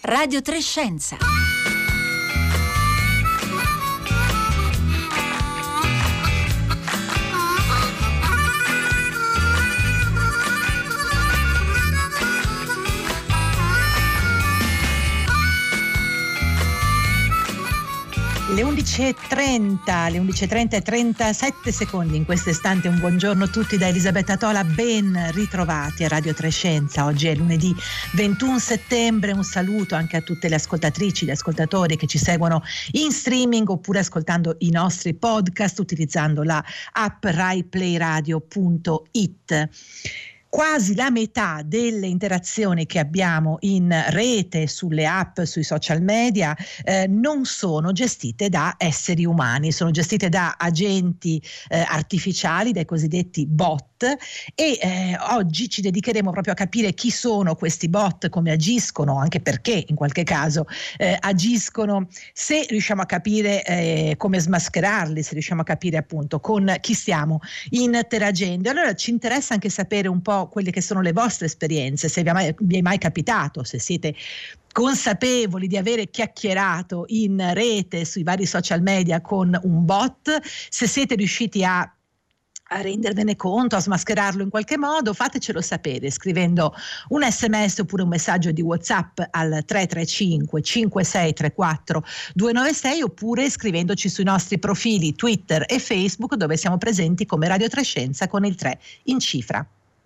Radio 3 Scienza. Le 11.30 e 37 secondi in questo istante. Un buongiorno a tutti da Elisabetta Tola, ben ritrovati a Radio 3 Scienza. Oggi è lunedì 21 settembre, un saluto anche a tutte le ascoltatrici, gli ascoltatori che ci seguono in streaming oppure ascoltando i nostri podcast utilizzando la app raiplayradio.it. Quasi la metà delle interazioni che abbiamo in rete, sulle app, sui social media, non sono gestite da esseri umani, sono gestite da agenti artificiali, dai cosiddetti bot. E oggi ci dedicheremo proprio a capire chi sono questi bot, come agiscono, anche perché in qualche caso agiscono, se riusciamo a capire come smascherarli, se riusciamo a capire appunto con chi stiamo interagendo. Allora ci interessa anche sapere un po' quelle che sono le vostre esperienze, se vi è mai capitato, se siete consapevoli di avere chiacchierato in rete sui vari social media con un bot, se siete riusciti a rendervene conto, a smascherarlo in qualche modo. Fatecelo sapere scrivendo un SMS oppure un messaggio di WhatsApp al 335 5634 296 oppure scrivendoci sui nostri profili Twitter e Facebook, dove siamo presenti come Radio 3 Scienza con il 3 in cifra.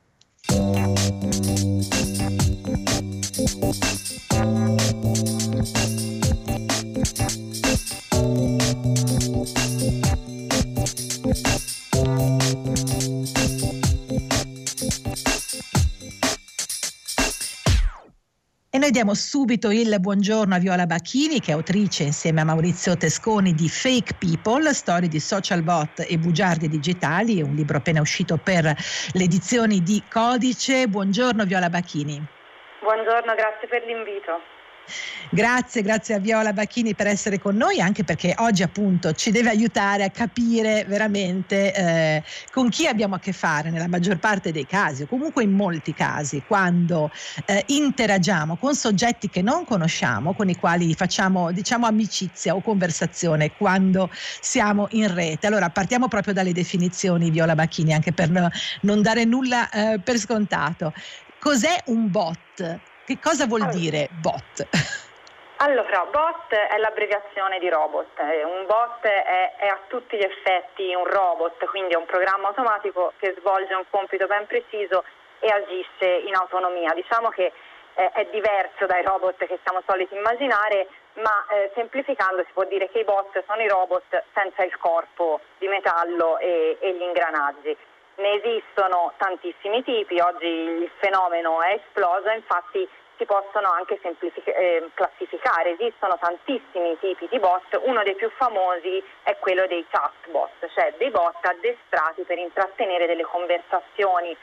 E noi diamo subito il buongiorno a Viola Bacchini, che è autrice insieme a Maurizio Tesconi di Fake People, storie di social bot e bugiardie digitali, un libro appena uscito per le edizioni di Codice. Buongiorno Viola Bacchini. Buongiorno, grazie per l'invito. Grazie a Viola Bacchini per essere con noi, anche perché oggi appunto ci deve aiutare a capire veramente con chi abbiamo a che fare nella maggior parte dei casi, o comunque in molti casi, quando interagiamo con soggetti che non conosciamo, con i quali facciamo amicizia o conversazione quando siamo in rete. Allora partiamo proprio dalle definizioni, Viola Bacchini, anche per non dare nulla per scontato. Cos'è un bot? Che cosa vuol dire bot? Allora, bot è l'abbreviazione di robot. Un bot è a tutti gli effetti un robot, quindi è un programma automatico che svolge un compito ben preciso e agisce in autonomia. Diciamo che è diverso dai robot che siamo soliti immaginare, ma semplificando si può dire che i bot sono i robot senza il corpo di metallo e gli ingranaggi. Ne esistono tantissimi tipi, oggi il fenomeno è esploso, infatti si possono anche classificare, esistono tantissimi tipi di bot. Uno dei più famosi è quello dei chatbot, cioè dei bot addestrati per intrattenere delle conversazioni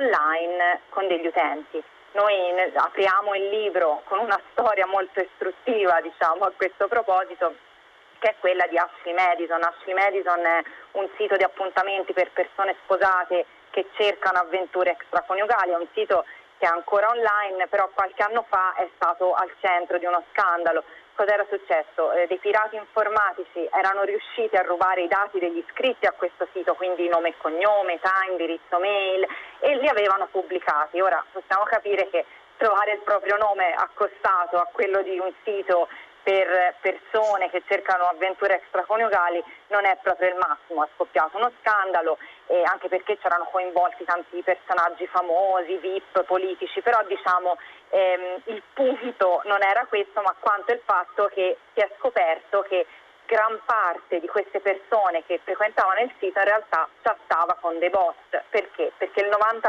online con degli utenti. Noi apriamo il libro con una storia molto istruttiva, diciamo, a questo proposito, che è quella di Ashley Madison. Ashley Madison è un sito di appuntamenti per persone sposate che cercano avventure extraconiugali, è un sito che è ancora online, però qualche anno fa è stato al centro di uno scandalo. Cos'era successo? Dei pirati informatici erano riusciti a rubare i dati degli iscritti a questo sito, quindi nome e cognome, età, indirizzo mail, e li avevano pubblicati. Ora possiamo capire che trovare il proprio nome accostato a quello di un sito per persone che cercano avventure extraconiugali non è proprio il massimo. È scoppiato uno scandalo, anche perché c'erano coinvolti tanti personaggi famosi, VIP, politici, però diciamo il punto non era questo, ma quanto il fatto che si è scoperto che gran parte di queste persone che frequentavano il sito in realtà chattava con dei bot. Perché? Perché il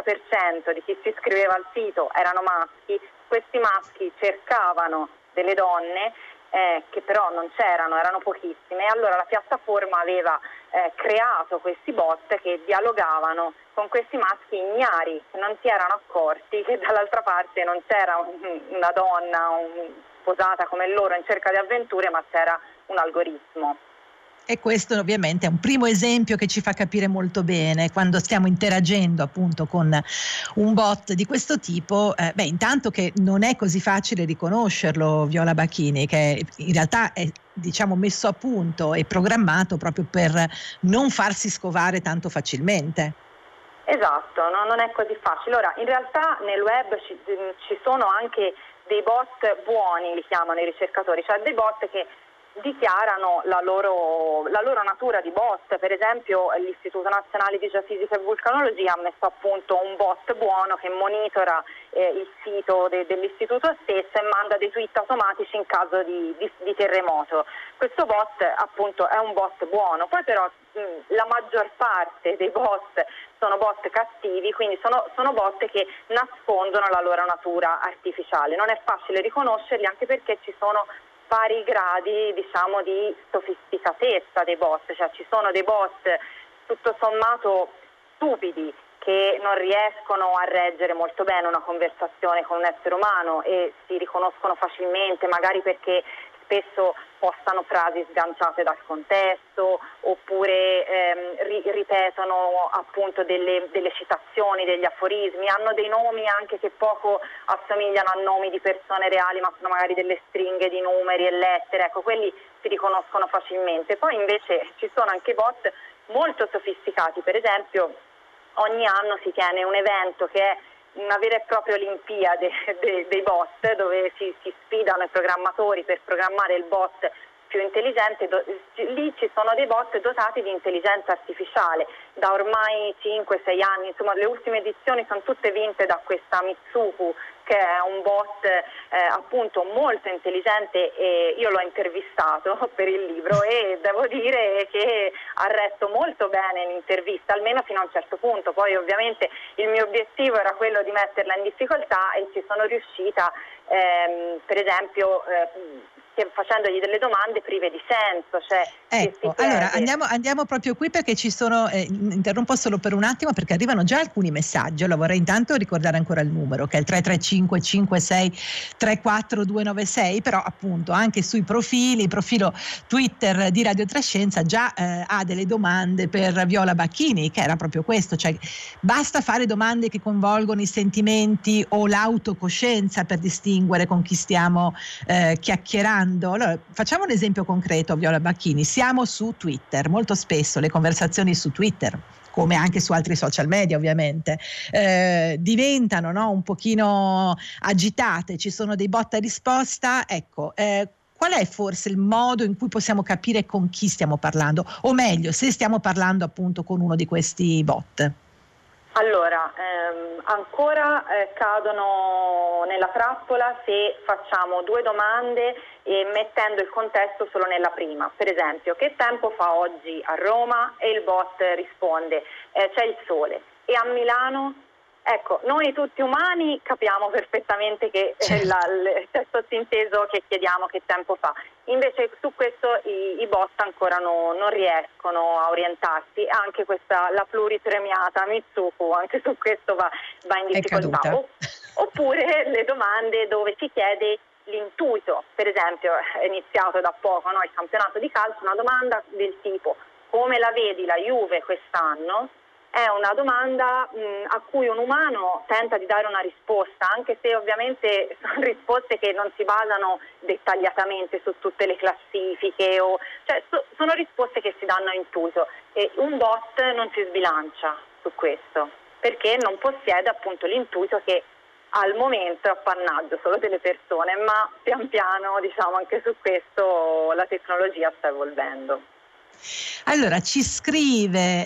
90% di chi si iscriveva al sito erano maschi, questi maschi cercavano delle donne che però non c'erano, erano pochissime, e allora la piattaforma aveva creato questi bot che dialogavano con questi maschi ignari, che non si erano accorti che dall'altra parte non c'era una donna sposata come loro in cerca di avventure, ma c'era un algoritmo. E questo ovviamente è un primo esempio che ci fa capire molto bene quando stiamo interagendo appunto con un bot di questo tipo, intanto che non è così facile riconoscerlo, Viola Bacchini, che in realtà è, diciamo, messo a punto e programmato proprio per non farsi scovare tanto facilmente. Esatto, no, non è così facile. Ora, in realtà nel web ci sono anche dei bot buoni, li chiamano i ricercatori, cioè dei bot che dichiarano la loro natura di bot. Per esempio l'Istituto Nazionale di Geofisica e Vulcanologia ha messo a punto un bot buono che monitora il sito dell'istituto stesso e manda dei tweet automatici in caso di terremoto. Questo bot appunto è un bot buono, poi però la maggior parte dei bot sono bot cattivi, quindi sono bot che nascondono la loro natura artificiale. Non è facile riconoscerli, anche perché ci sono vari gradi, diciamo, di sofisticatezza dei bot, cioè ci sono dei bot tutto sommato stupidi che non riescono a reggere molto bene una conversazione con un essere umano e si riconoscono facilmente, magari perché spesso postano frasi sganciate dal contesto, oppure ripetono appunto delle citazioni, degli aforismi, hanno dei nomi anche che poco assomigliano a nomi di persone reali, ma sono magari delle stringhe di numeri e lettere, ecco, quelli si riconoscono facilmente. Poi invece ci sono anche bot molto sofisticati, per esempio ogni anno si tiene un evento che è una vera e propria olimpiade dei bot, dove si sfidano i programmatori per programmare il bot più intelligente. Lì ci sono dei bot dotati di intelligenza artificiale da ormai 5-6 anni, insomma le ultime edizioni sono tutte vinte da questa Mitsuku, che è un bot appunto molto intelligente, e io l'ho intervistato per il libro e devo dire che ha retto molto bene l'intervista, almeno fino a un certo punto. Poi ovviamente il mio obiettivo era quello di metterla in difficoltà e ci sono riuscita, per esempio facendogli delle domande prive di senso. Cioè, ecco, allora andiamo proprio qui, perché ci sono, interrompo solo per un attimo perché arrivano già alcuni messaggi. Allora vorrei intanto ricordare ancora il numero, che è il 335 56 34 296, però appunto anche sui profili, il profilo Twitter di Radio Trescenza già ha delle domande per Viola Bacchini, che era proprio questo, cioè basta fare domande che coinvolgono i sentimenti o l'autocoscienza per distinguere con chi stiamo chiacchierando. Allora, facciamo un esempio concreto, Viola Bacchini. Siamo su Twitter, molto spesso le conversazioni su Twitter, come anche su altri social media ovviamente, diventano, no, un pochino agitate, ci sono dei botta risposta. Ecco, qual è forse il modo in cui possiamo capire con chi stiamo parlando, o meglio, se stiamo parlando appunto con uno di questi bot? Allora, ancora cadono nella trappola se facciamo due domande e mettendo il contesto solo nella prima. Per esempio, che tempo fa oggi a Roma? E il bot risponde c'è il sole. E a Milano? Ecco, noi tutti umani capiamo perfettamente che c'è sottinteso che chiediamo che tempo fa. Invece su questo i bot ancora non riescono a orientarsi. Anche questa, la pluripremiata Mitsuku, anche su questo va in difficoltà. Oppure le domande dove si chiede l'intuito. Per esempio, è iniziato da poco, no, il campionato di calcio, una domanda del tipo: come la vedi la Juve quest'anno? È una domanda a cui un umano tenta di dare una risposta, anche se ovviamente sono risposte che non si basano dettagliatamente su tutte le classifiche, sono risposte che si danno a intuito, e un bot non si sbilancia su questo, perché non possiede appunto l'intuito che al momento è appannaggio solo delle persone, ma pian piano, diciamo, anche su questo la tecnologia sta evolvendo. Allora ci scrive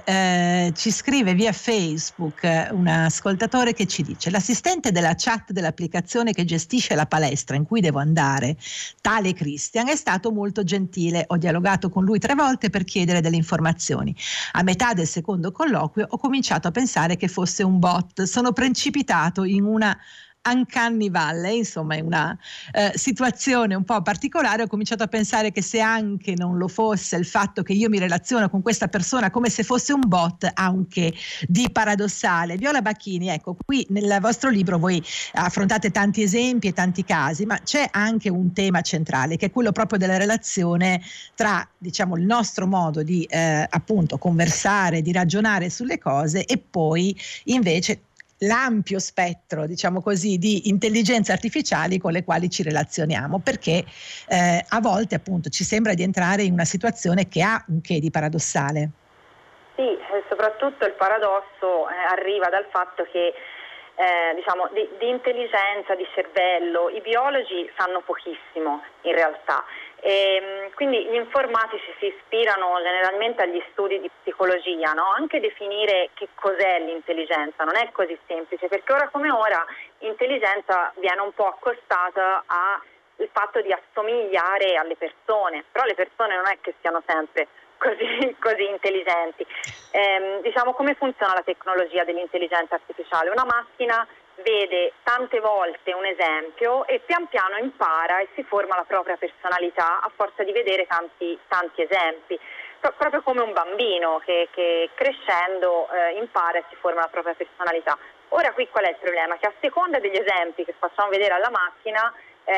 via Facebook un ascoltatore che ci dice: l'assistente della chat dell'applicazione che gestisce la palestra in cui devo andare, tale Christian, è stato molto gentile. Ho dialogato con lui 3 volte per chiedere delle informazioni. A metà del secondo colloquio ho cominciato a pensare che fosse un bot. Sono precipitato in una Uncanny Valley, insomma è una situazione un po' particolare. Ho cominciato a pensare che se anche non lo fosse il fatto che io mi relaziono con questa persona come se fosse un bot, ha un che di paradossale. Viola Bacchini, ecco, qui nel vostro libro voi affrontate tanti esempi e tanti casi, ma c'è anche un tema centrale che è quello proprio della relazione tra, diciamo, il nostro modo di appunto conversare, di ragionare sulle cose e poi invece l'ampio spettro, diciamo così, di intelligenze artificiali con le quali ci relazioniamo, perché a volte appunto ci sembra di entrare in una situazione che ha un che di paradossale. Sì, soprattutto il paradosso arriva dal fatto che diciamo di intelligenza, di cervello, i biologi sanno pochissimo in realtà. Quindi gli informatici si ispirano generalmente agli studi di psicologia, no? Anche definire che cos'è l'intelligenza non è così semplice, perché ora come ora intelligenza viene un po' accostata al fatto di assomigliare alle persone, però le persone non è che siano sempre così intelligenti. Diciamo, come funziona la tecnologia dell'intelligenza artificiale? Una macchina vede tante volte un esempio e pian piano impara e si forma la propria personalità a forza di vedere tanti esempi, proprio come un bambino che crescendo impara e si forma la propria personalità. Ora qui qual è il problema? Che a seconda degli esempi che facciamo vedere alla macchina,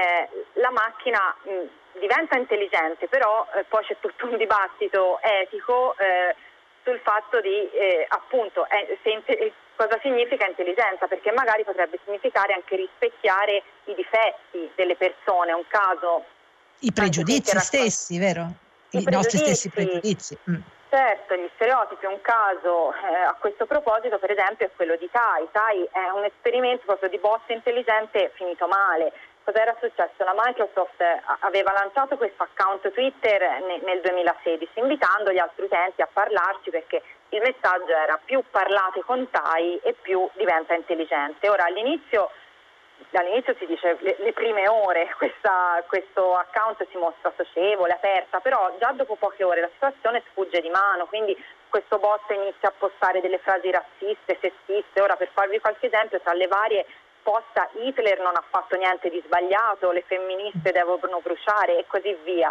la macchina diventa intelligente, però poi c'è tutto un dibattito etico sul fatto di appunto cosa significa intelligenza, perché magari potrebbe significare anche rispecchiare i difetti delle persone, un caso. I pregiudizi stessi, vero? I nostri stessi pregiudizi. Certo, gli stereotipi. Un caso a questo proposito, per esempio, è quello di Tai. Tai è un esperimento proprio di bot intelligente finito male. Cos'era successo? La Microsoft aveva lanciato questo account Twitter nel 2016, invitando gli altri utenti a parlarci, perché il messaggio era: più parlate con Tai e più diventa intelligente. Ora all'inizio si dice le prime ore questo account si mostra socievole, aperta, però già dopo poche ore la situazione sfugge di mano, quindi questo bot inizia a postare delle frasi razziste, sessiste. Ora, per farvi qualche esempio, tra le varie posta: Hitler non ha fatto niente di sbagliato, le femministe devono bruciare e così via.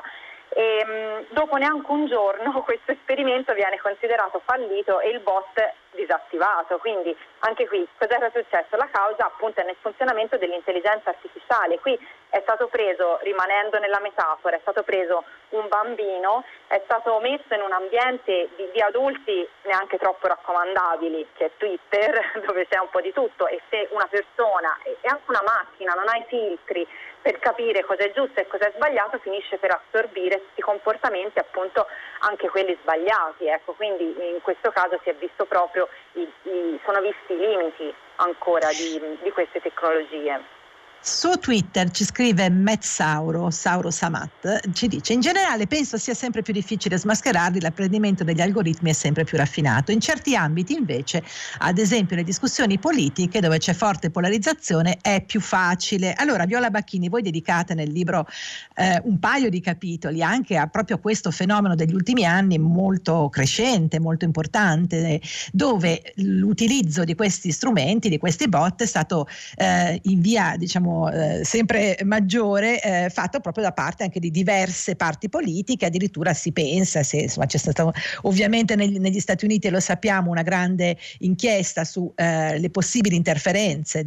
Dopo neanche un giorno questo esperimento viene considerato fallito e il bot disattivato. Quindi anche qui cos'era successo? La causa appunto è nel funzionamento dell'intelligenza artificiale. Qui è stato preso, rimanendo nella metafora, è stato preso un bambino, è stato messo in un ambiente di adulti neanche troppo raccomandabili, che è Twitter, dove c'è un po' di tutto, e se una persona e anche una macchina non ha i filtri per capire cosa è giusto e cosa è sbagliato, finisce per assorbire questi comportamenti, appunto anche quelli sbagliati. Ecco, quindi in questo caso si è visto proprio sono visti i limiti ancora di queste tecnologie. Su Twitter ci scrive Sauro Samat, ci dice: in generale penso sia sempre più difficile smascherarli, l'apprendimento degli algoritmi è sempre più raffinato. In certi ambiti invece, ad esempio le discussioni politiche dove c'è forte polarizzazione, è più facile. Allora Viola Bacchini, voi dedicate nel libro un paio di capitoli anche a proprio questo fenomeno degli ultimi anni molto crescente, molto importante, dove l'utilizzo di questi strumenti, di questi bot, è stato in via, diciamo, sempre maggiore, fatto proprio da parte anche di diverse parti politiche. Addirittura si pensa, insomma, c'è stata ovviamente negli Stati Uniti, lo sappiamo, una grande inchiesta su le possibili interferenze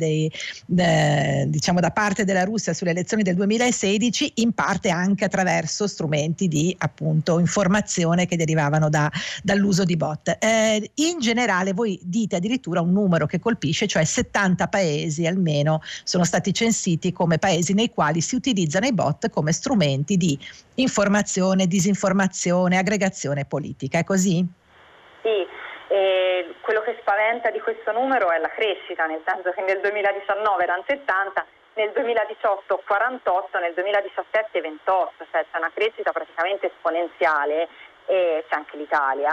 diciamo da parte della Russia sulle elezioni del 2016, in parte anche attraverso strumenti di appunto informazione che derivavano dall'uso di bot. In generale voi dite addirittura un numero che colpisce, cioè 70 paesi almeno sono stati censiti come paesi nei quali si utilizzano i bot come strumenti di informazione, disinformazione, aggregazione politica. È così? Sì, quello che spaventa di questo numero è la crescita, nel senso che nel 2019 erano 70, nel 2018 48, nel 2017 28, cioè c'è una crescita praticamente esponenziale, e c'è anche l'Italia.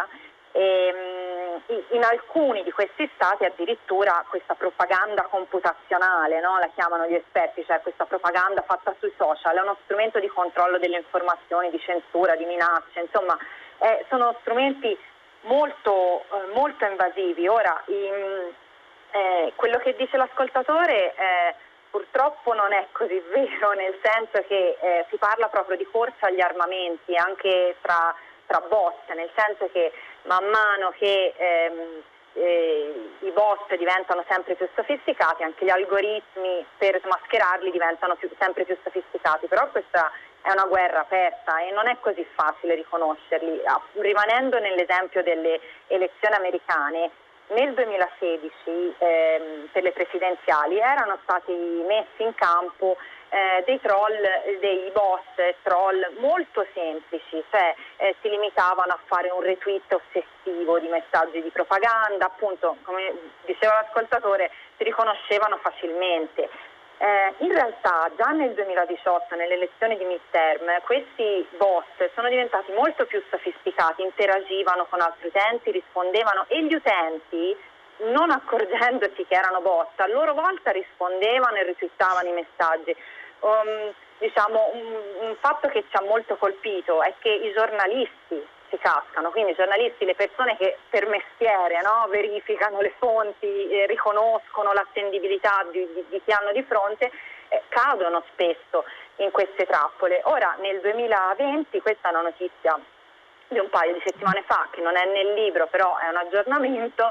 In alcuni di questi stati addirittura questa propaganda computazionale, no? La chiamano gli esperti, cioè questa propaganda fatta sui social, è uno strumento di controllo delle informazioni, di censura, di minacce, insomma sono strumenti molto invasivi. Ora quello che dice l'ascoltatore purtroppo non è così vero, nel senso che si parla proprio di corsa agli armamenti anche tra bot, nel senso che man mano che i bot diventano sempre più sofisticati, anche gli algoritmi per smascherarli diventano sempre più sofisticati, però questa è una guerra aperta e non è così facile riconoscerli. Rimanendo nell'esempio delle elezioni americane, nel 2016 per le presidenziali erano stati messi in campo dei troll, dei bot troll molto semplici, cioè si limitavano a fare un retweet ossessivo di messaggi di propaganda, appunto come diceva l'ascoltatore si riconoscevano facilmente. In realtà già nel 2018, nelle elezioni di midterm, questi bot sono diventati molto più sofisticati, interagivano con altri utenti, rispondevano e gli utenti, non accorgendosi che erano bot, a loro volta rispondevano e retweetavano i messaggi. Un fatto che ci ha molto colpito è che i giornalisti si cascano, quindi i giornalisti, le persone che per mestiere, no, verificano le fonti, riconoscono l'attendibilità di chi hanno di fronte, cadono spesso in queste trappole. Ora nel 2020, questa è una notizia di un paio di settimane fa, che non è nel libro però è un aggiornamento,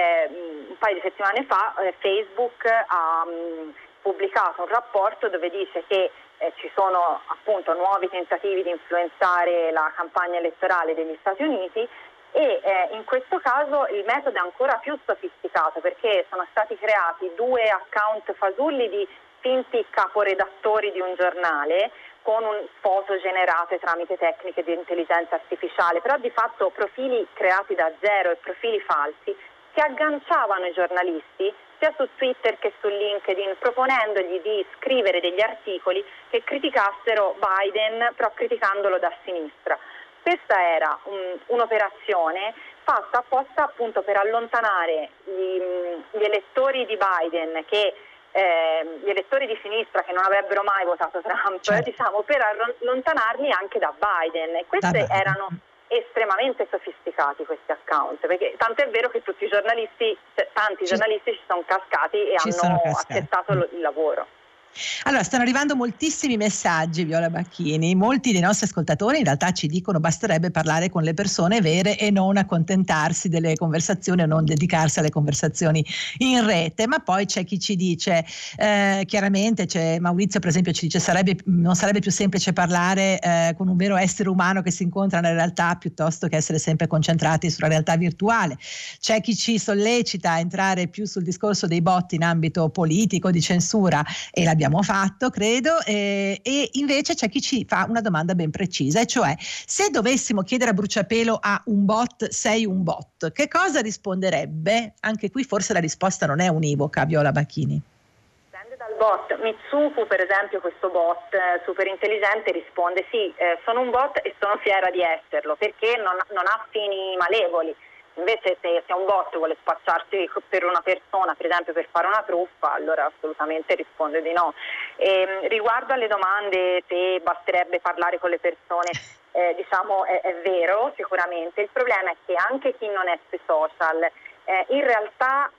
un paio di settimane fa Facebook ha pubblicato un rapporto dove dice che ci sono appunto nuovi tentativi di influenzare la campagna elettorale degli Stati Uniti e in questo caso il metodo è ancora più sofisticato perché sono stati creati 2 account fasulli di finti caporedattori di un giornale con foto generate tramite tecniche di intelligenza artificiale, però di fatto profili creati da zero e profili falsi che agganciavano i giornalisti sia su Twitter che su LinkedIn, proponendogli di scrivere degli articoli che criticassero Biden, però criticandolo da sinistra. Questa era un'operazione fatta apposta appunto per allontanare gli elettori di Biden, gli elettori di sinistra che non avrebbero mai votato Trump, certo, per allontanarli anche da Biden. E queste erano estremamente sofisticati questi account, perché tanto è vero che tanti giornalisti ci sono cascati e hanno accettato il lavoro. Allora, stanno arrivando moltissimi messaggi, Viola Bacchini. Molti dei nostri ascoltatori in realtà ci dicono basterebbe parlare con le persone vere e non accontentarsi delle conversazioni o non dedicarsi alle conversazioni in rete. Ma poi c'è chi ci dice, chiaramente c'è Maurizio per esempio ci dice non sarebbe più semplice parlare con un vero essere umano che si incontra nella realtà piuttosto che essere sempre concentrati sulla realtà virtuale. C'è chi ci sollecita a entrare più sul discorso dei bot in ambito politico, di censura, e l'abbiamo fatto, credo, e invece c'è chi ci fa una domanda ben precisa, e cioè se dovessimo chiedere a bruciapelo a un bot sei un bot, che cosa risponderebbe? Anche qui forse la risposta non è univoca, Viola Bacchini. Dipende dal bot. Mitsuku per esempio, questo bot super intelligente, risponde sì, sono un bot e sono fiera di esserlo perché non ha fini malevoli. Invece se un bot vuole spacciarsi per una persona, per esempio per fare una truffa, allora assolutamente risponde di no. Riguardo alle domande se basterebbe parlare con le persone, è vero sicuramente. Il problema è che anche chi non è sui social in realtà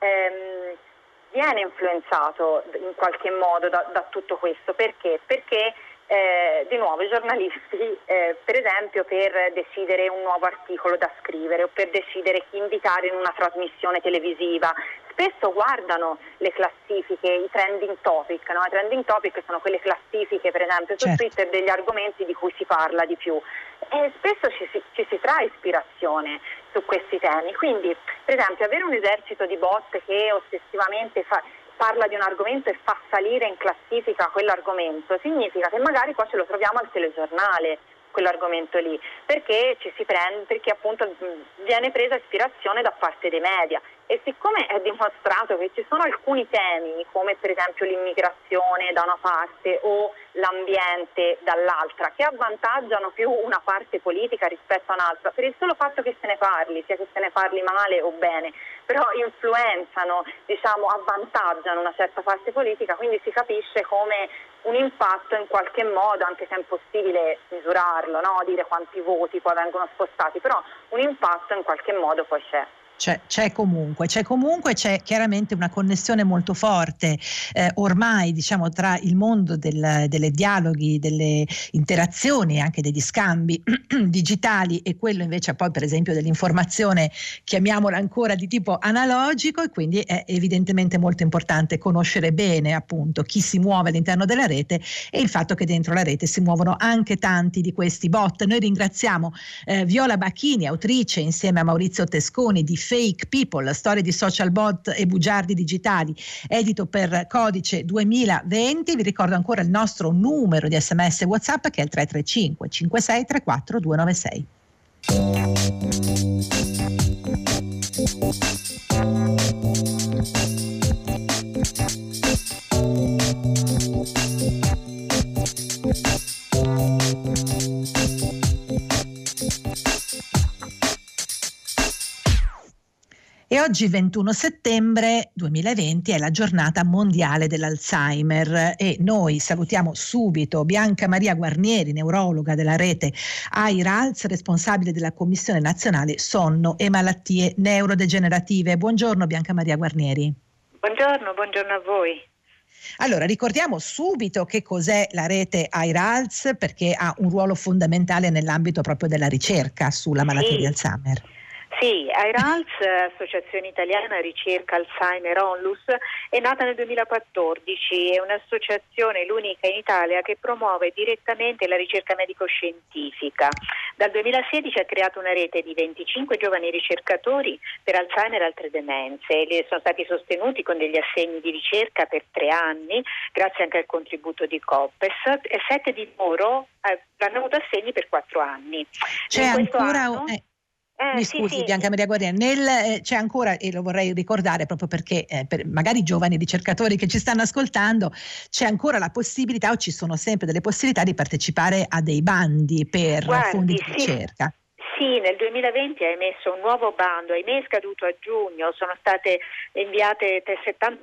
viene influenzato in qualche modo da tutto questo. Perché? Perché di nuovo i giornalisti per esempio per decidere un nuovo articolo da scrivere o per decidere chi invitare in una trasmissione televisiva spesso guardano le classifiche, i trending topic, no? I trending topic sono quelle classifiche per esempio su Twitter degli argomenti di cui si parla di più e spesso ci si trae ispirazione su questi temi. Quindi per esempio avere un esercito di bot che ossessivamente parla di un argomento e fa salire in classifica quell'argomento, significa che magari poi ce lo troviamo al telegiornale quell'argomento lì, perché ci si prende, perché appunto viene presa ispirazione da parte dei media. E siccome è dimostrato che ci sono alcuni temi, come per esempio l'immigrazione da una parte o l'ambiente dall'altra, che avvantaggiano più una parte politica rispetto a un'altra, per il solo fatto che se ne parli, sia che se ne parli male o bene, però influenzano, avvantaggiano una certa parte politica, quindi si capisce come un impatto in qualche modo, anche se è impossibile misurarlo, no? Dire quanti voti poi vengono spostati, però un impatto in qualche modo poi c'è. C'è comunque, c'è chiaramente una connessione molto forte ormai, diciamo, tra il mondo delle dialoghi, delle interazioni, anche degli scambi digitali, e quello invece poi per esempio dell'informazione, chiamiamola ancora di tipo analogico, e quindi è evidentemente molto importante conoscere bene appunto chi si muove all'interno della rete e il fatto che dentro la rete si muovono anche tanti di questi bot. Noi ringraziamo Viola Bacchini, autrice insieme a Maurizio Tesconi di Fake People, storie di social bot e bugiardi digitali, edito per Codice 2020. Vi ricordo ancora il nostro numero di SMS e WhatsApp, che è il 335 56 34 296. E oggi 21 settembre 2020 è la giornata mondiale dell'Alzheimer e noi salutiamo subito Bianca Maria Guarnieri, neurologa della rete AIRALS, responsabile della Commissione Nazionale Sonno e Malattie Neurodegenerative. Buongiorno Bianca Maria Guarnieri. Buongiorno a voi. Allora, ricordiamo subito che cos'è la rete AIRALS, perché ha un ruolo fondamentale nell'ambito proprio della ricerca sulla malattia di Alzheimer. Sì, AIRALS, Associazione Italiana Ricerca Alzheimer Onlus, è nata nel 2014, è un'associazione, l'unica in Italia, che promuove direttamente la ricerca medico-scientifica. Dal 2016 ha creato una rete di 25 giovani ricercatori per Alzheimer e altre demenze. Sono stati sostenuti con degli assegni di ricerca per 3 anni, grazie anche al contributo di COPPES, e 7 di loro hanno avuto assegni per 4 anni. C'è ancora... Mi scusi, sì. Bianca Maria Guarnieri, c'è ancora, e lo vorrei ricordare proprio perché per magari giovani ricercatori che ci stanno ascoltando, c'è ancora la possibilità, o ci sono sempre delle possibilità di partecipare a dei bandi per fondi di ricerca. Sì, nel 2020 ha emesso un nuovo bando, ahimè è scaduto a giugno, sono state inviate 70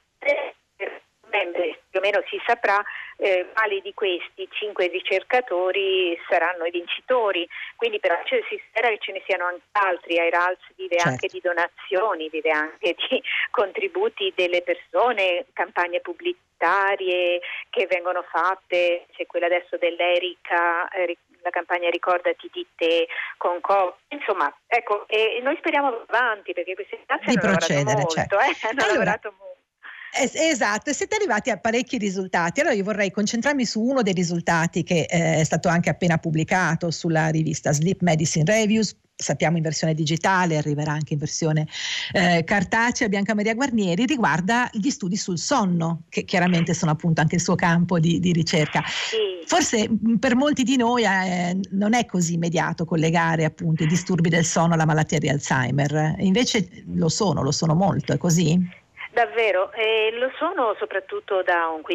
membri, più o meno si saprà quali di questi 5 ricercatori saranno i vincitori, quindi però si spera che ce ne siano anche altri. AIRALS vive anche di donazioni, vive anche di contributi delle persone, campagne pubblicitarie che vengono fatte, c'è quella adesso dell'Erica, la campagna Ricordati di te con insomma, ecco, e noi speriamo avanti perché questi ragazzi hanno lavorato molto, hanno lavorato molto. Esatto, e siete arrivati a parecchi risultati. Allora io vorrei concentrarmi su uno dei risultati che è stato anche appena pubblicato sulla rivista Sleep Medicine Reviews. Sappiamo in versione digitale, arriverà anche in versione cartacea. Bianca Maria Guarnieri, riguarda gli studi sul sonno, che chiaramente sono appunto anche il suo campo di ricerca. Sì. Forse per molti di noi non è così immediato collegare appunto i disturbi del sonno alla malattia di Alzheimer, invece lo sono molto, è così? Davvero, lo sono soprattutto da un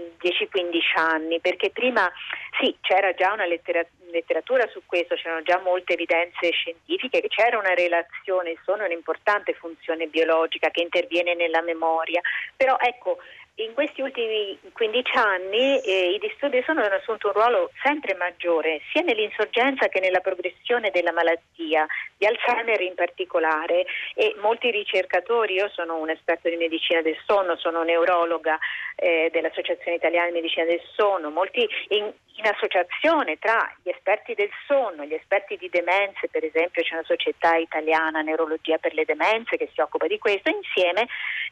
10-15 anni, perché prima sì, c'era già una letteratura su questo, c'erano già molte evidenze scientifiche, che c'era una relazione, sono un'importante funzione biologica che interviene nella memoria, però ecco, in questi ultimi 15 anni i disturbi del sonno hanno assunto un ruolo sempre maggiore sia nell'insorgenza che nella progressione della malattia, di Alzheimer in particolare, e molti ricercatori, io sono un esperto di medicina del sonno, sono neurologa dell'Associazione Italiana di Medicina del Sonno, molti in associazione tra gli esperti del sonno, gli esperti di demenze, per esempio c'è una società italiana Neurologia per le demenze che si occupa di questo, insieme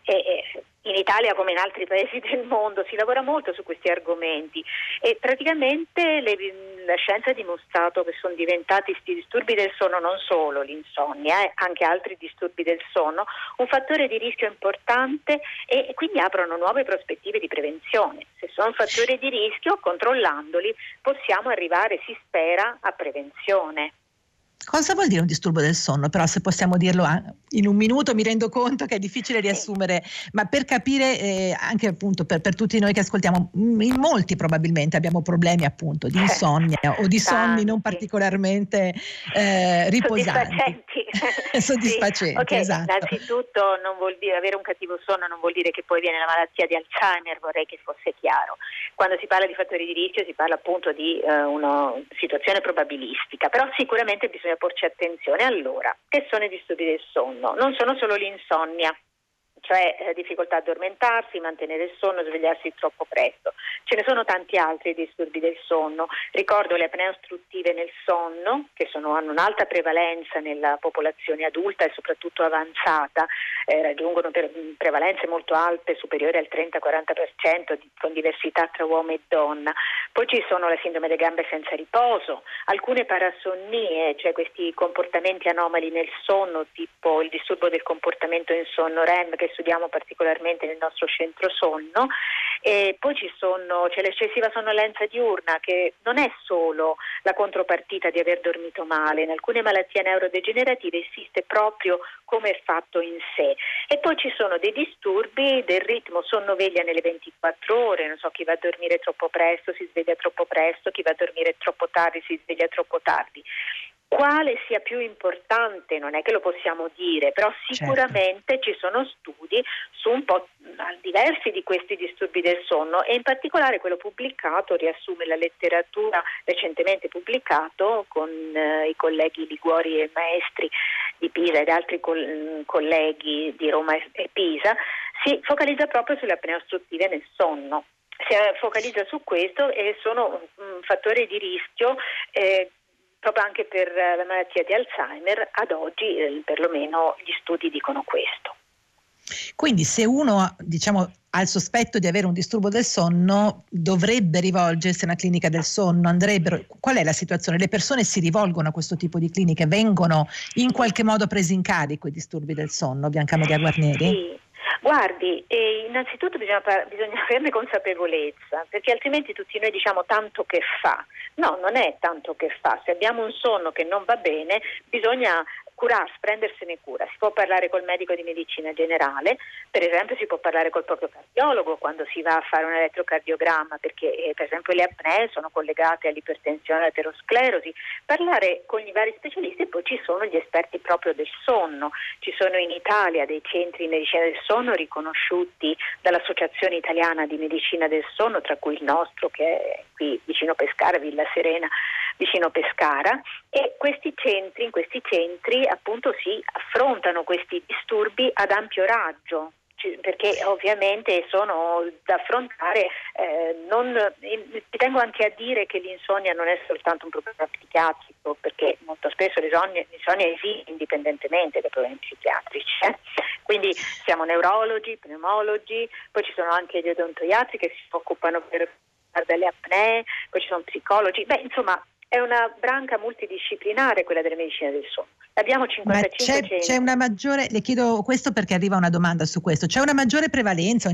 in Italia come in altri paesi del mondo si lavora molto su questi argomenti e praticamente la scienza ha dimostrato che sono diventati questi disturbi del sonno, non solo l'insonnia, anche altri disturbi del sonno, un fattore di rischio importante e quindi aprono nuove prospettive di prevenzione. Se sono fattori di rischio, controllandoli possiamo arrivare, si spera, a prevenzione. Cosa vuol dire un disturbo del sonno? Però se possiamo dirlo in un minuto, mi rendo conto che è difficile riassumere, ma per capire anche appunto per tutti noi che ascoltiamo, in molti probabilmente abbiamo problemi appunto di insonnia o di sonni non particolarmente riposanti. Soddisfacenti. Okay, esatto. Innanzitutto non vuol dire avere un cattivo sonno, non vuol dire che poi viene la malattia di Alzheimer, vorrei che fosse chiaro. Quando si parla di fattori di rischio si parla appunto di una situazione probabilistica, però sicuramente bisogna bisogna porci attenzione. Allora, che sono i disturbi del sonno? Non sono solo l'insonnia, cioè difficoltà a addormentarsi, mantenere il sonno, svegliarsi troppo presto. Ce ne sono tanti altri disturbi del sonno. Ricordo le apnee ostruttive nel sonno, che hanno un'alta prevalenza nella popolazione adulta e soprattutto avanzata, raggiungono prevalenze molto alte, superiori al 30-40%, con diversità tra uomo e donna. Poi ci sono la sindrome delle gambe senza riposo, alcune parasonnie, cioè questi comportamenti anomali nel sonno, tipo il disturbo del comportamento in sonno REM, che studiamo particolarmente nel nostro centro sonno. E poi c'è l'eccessiva sonnolenza diurna, che non è solo la contropartita di aver dormito male. In alcune malattie neurodegenerative esiste proprio come fatto in sé. E poi ci sono dei disturbi del ritmo sonno-veglia nelle 24 ore, non so, chi va a dormire troppo presto si sveglia troppo presto, chi va a dormire troppo tardi si sveglia troppo tardi. Quale sia più importante non è che lo possiamo dire, però sicuramente ci sono studi su un po' diversi di questi disturbi del sonno, e in particolare quello pubblicato riassume la letteratura recentemente pubblicato con i colleghi Liguori e Maestri di Pisa ed altri colleghi di Roma e Pisa. Si focalizza proprio sulle apnee ostruttive nel sonno. Si focalizza su questo, e sono un fattore di rischio proprio anche per la malattia di Alzheimer. Ad oggi perlomeno gli studi dicono questo. Quindi se uno ha il sospetto di avere un disturbo del sonno, dovrebbe rivolgersi a una clinica del sonno? Qual è la situazione? Le persone si rivolgono a questo tipo di cliniche? Vengono in qualche modo presi in carico i disturbi del sonno, Bianca Maria Guarnieri? Sì. Guardi, innanzitutto bisogna averne consapevolezza, perché altrimenti tutti noi diciamo tanto che fa. No, non è tanto che fa. Se abbiamo un sonno che non va bene, bisogna prendersene cura. Si può parlare col medico di medicina generale, per esempio si può parlare col proprio cardiologo quando si va a fare un elettrocardiogramma, perché per esempio le apnee sono collegate all'ipertensione e all'aterosclerosi. Parlare con i vari specialisti, e poi ci sono gli esperti proprio del sonno. Ci sono in Italia dei centri di medicina del sonno riconosciuti dall'Associazione Italiana di Medicina del Sonno, tra cui il nostro, che è qui vicino Pescara, Villa Serena, vicino Pescara, e in questi centri appunto si affrontano questi disturbi ad ampio raggio, perché ovviamente sono da affrontare. Ti tengo anche a dire che l'insonnia non è soltanto un problema psichiatrico, perché molto spesso l'insonnia esiste indipendentemente dai problemi psichiatrici. Quindi siamo neurologi, pneumologi, poi ci sono anche gli odontoiatri che si occupano delle apnee, poi ci sono psicologi. Insomma, è una branca multidisciplinare quella della medicina del sonno. Abbiamo 55 c'è una maggiore, le chiedo questo perché arriva una domanda su questo, c'è una maggiore prevalenza o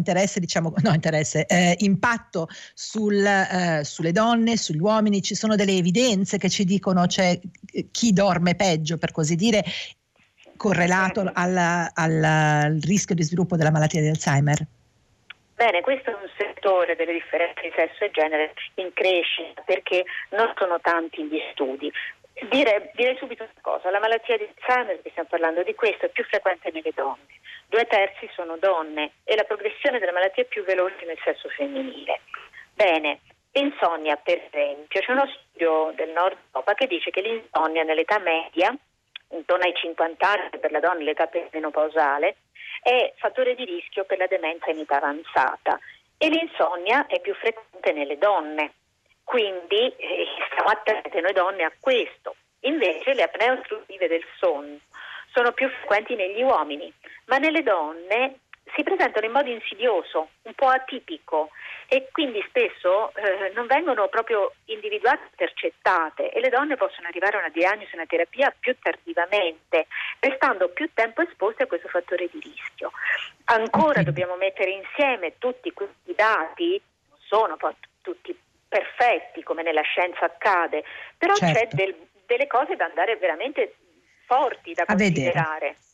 impatto sulle donne, sugli uomini? Ci sono delle evidenze che ci dicono c'è chi dorme peggio, per così dire, correlato al rischio di sviluppo della malattia di Alzheimer? Bene, questo è un settore delle differenze di sesso e genere in crescita, perché non sono tanti gli studi. Direi subito una cosa: la malattia di Alzheimer, che stiamo parlando di questo, è più frequente nelle donne, 2/3 sono donne, e la progressione della malattia è più veloce nel sesso femminile. Bene, l'insonnia per esempio, c'è uno studio del Nord Europa che dice che l'insonnia nell'età media, intorno ai 50 anni per la donna, l'età menopausale, è fattore di rischio per la demenza in età avanzata, e l'insonnia è più frequente nelle donne, quindi stiamo attenti noi donne a questo. Invece le apnee ostruttive del sonno sono più frequenti negli uomini, ma nelle donne si presentano in modo insidioso, un po' atipico, e quindi spesso non vengono proprio individuate, intercettate, e le donne possono arrivare a una diagnosi e una terapia più tardivamente, restando più tempo esposte a questo fattore di rischio. Ancora dobbiamo mettere insieme tutti questi dati, non sono poi tutti perfetti come nella scienza accade, però c'è delle cose da andare veramente forti da considerare.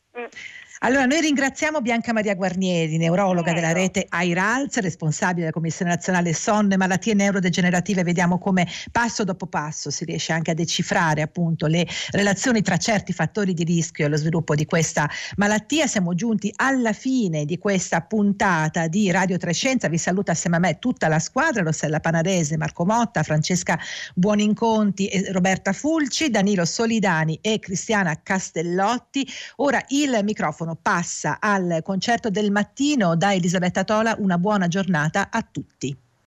Allora, noi ringraziamo Bianca Maria Guarnieri, neurologa della rete AIRALS, responsabile della Commissione Nazionale Sonno e Malattie Neurodegenerative. Vediamo come passo dopo passo si riesce anche a decifrare appunto le relazioni tra certi fattori di rischio e lo sviluppo di questa malattia. Siamo giunti alla fine di questa puntata di Radio Trescenza. Vi saluta assieme a me tutta la squadra: Rossella Panarese, Marco Motta, Francesca Buoninconti e Roberta Fulci, Danilo Solidani e Cristiana Castellotti. Ora il microfono passa al concerto del mattino da Elisabetta Tola. Una buona giornata a tutti.